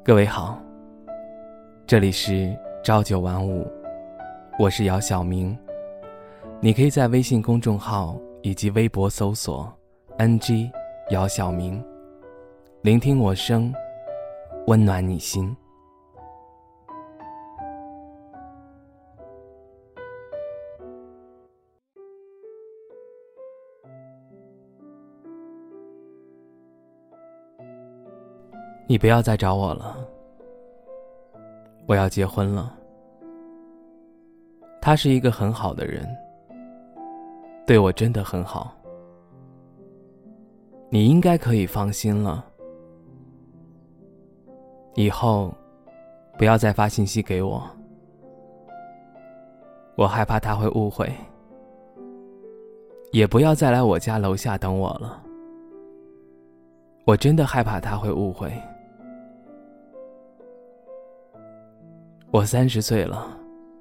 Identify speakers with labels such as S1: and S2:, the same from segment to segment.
S1: 各位好，这里是朝九晚五，我是姚晓明。你可以在微信公众号以及微博搜索 NG 姚晓明，聆听我声，温暖你心。你不要再找我了，我要结婚了。他是一个很好的人，对我真的很好，你应该可以放心了。以后不要再发信息给我，我害怕他会误会。也不要再来我家楼下等我了，我真的害怕他会误会。我30岁了，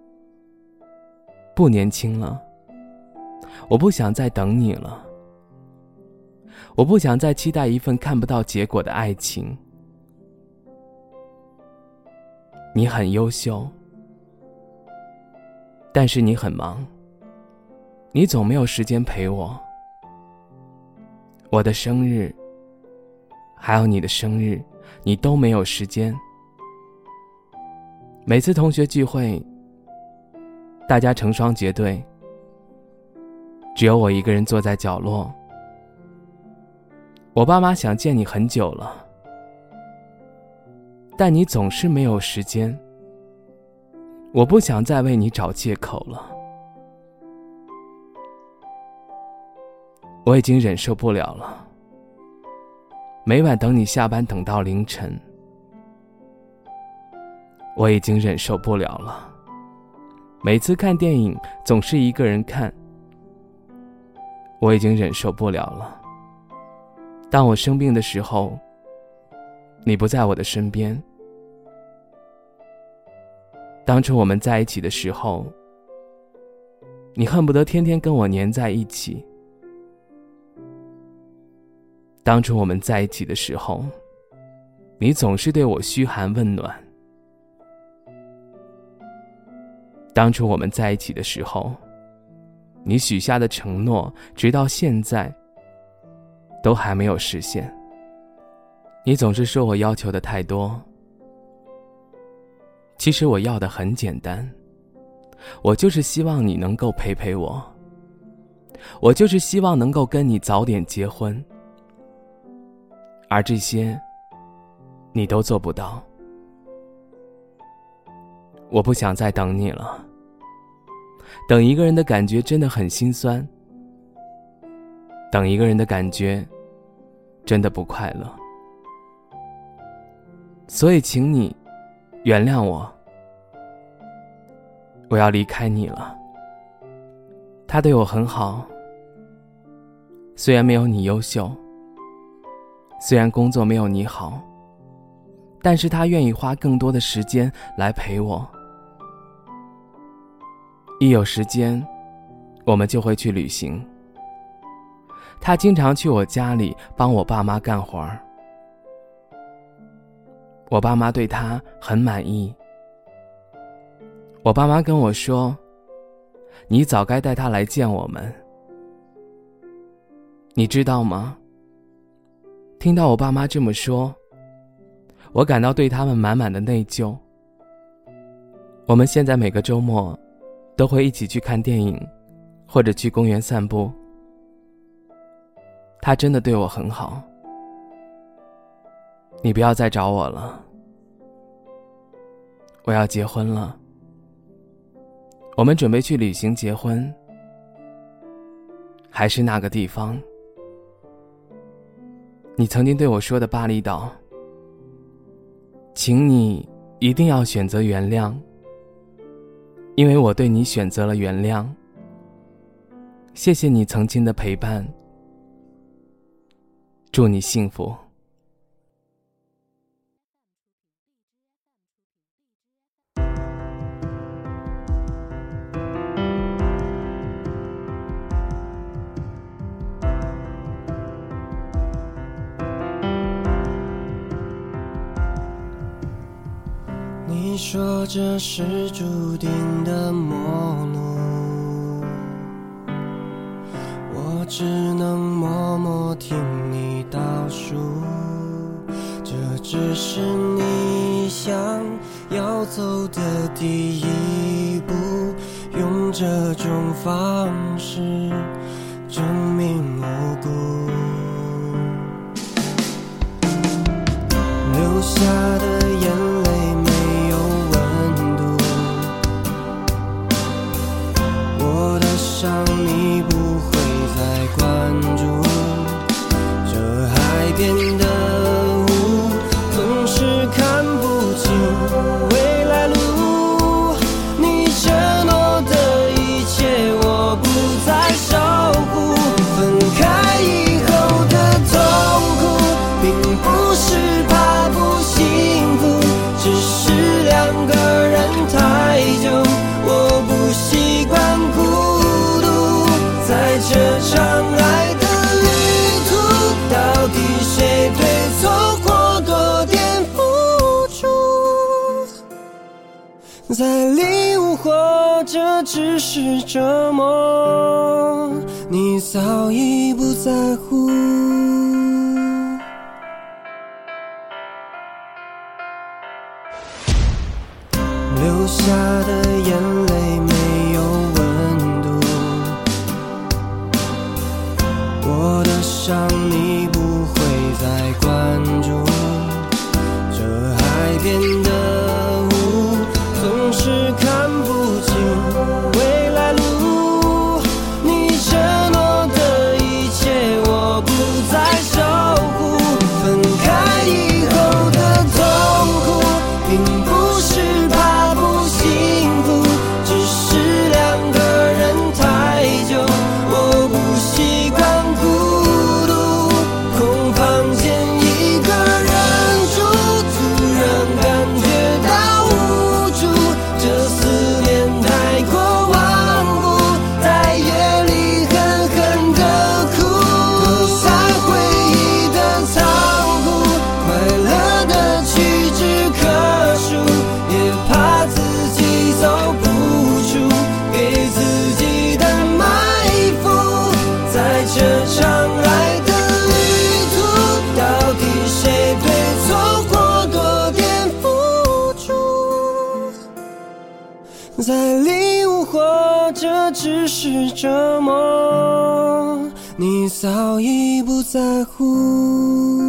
S1: 不年轻了，我不想再等你了，我不想再期待一份看不到结果的爱情。你很优秀，但是你很忙，你总没有时间陪我。我的生日，还有你的生日，你都没有时间。每次同学聚会，大家成双结对，只有我一个人坐在角落。我爸妈想见你很久了，但你总是没有时间。我不想再为你找借口了，我已经忍受不了了，每晚等你下班等到凌晨。我已经忍受不了了，每次看电影总是一个人看。我已经忍受不了了，当我生病的时候，你不在我的身边。当初我们在一起的时候，你恨不得天天跟我黏在一起。当初我们在一起的时候，你总是对我嘘寒问暖。当初我们在一起的时候，你许下的承诺直到现在都还没有实现。你总是说我要求的太多，其实我要的很简单，我就是希望你能够陪陪我，我就是希望能够跟你早点结婚，而这些你都做不到。我不想再等你了，等一个人的感觉真的很心酸，等一个人的感觉真的不快乐。所以请你原谅我，我要离开你了。他对我很好，虽然没有你优秀，虽然工作没有你好，但是他愿意花更多的时间来陪我。一有时间，我们就会去旅行。他经常去我家里帮我爸妈干活儿，我爸妈对他很满意。我爸妈跟我说，你早该带他来见我们。你知道吗？听到我爸妈这么说，我感到对他们满满的内疚。我们现在每个周末都会一起去看电影，或者去公园散步。他真的对我很好。你不要再找我了，我要结婚了。我们准备去旅行结婚，还是那个地方，你曾经对我说的巴厘岛。请你一定要选择原谅，因为我对你选择了原谅。谢谢你曾经的陪伴，祝你幸福。
S2: 说这是注定的陌路，我只能默默听你倒数，这只是你想要走的第一步，用这种方式证明无辜，流下的眼泪没有温度，我的伤你不会再关注，这海边的雾总是看不清未来路，你承诺的一切我不再守护，分开以后的痛苦并不是怕不幸福，只是两个人太久，我不习惯孤独，在这场爱的旅途，到底谁对错或多点付出，在礼物或者只是折磨，你早已不在乎，流下的眼泪没有温度，我的伤你不会再关注，这海边的雾总是看不清未来路，你承诺的一切我不再守护，分开以后的痛苦并不是怕不幸福，只是两个人太久，我不习惯孤独，空房间一个人住，突然感觉到无助，这思念太过顽固，在夜里狠狠的哭，躲在回忆的仓库，快乐的屈指可数，也怕自己走不出，给自己的埋伏，在这场爱的旅途，到底谁对错或多点付出，在礼物或者只是折磨，你早已不在乎。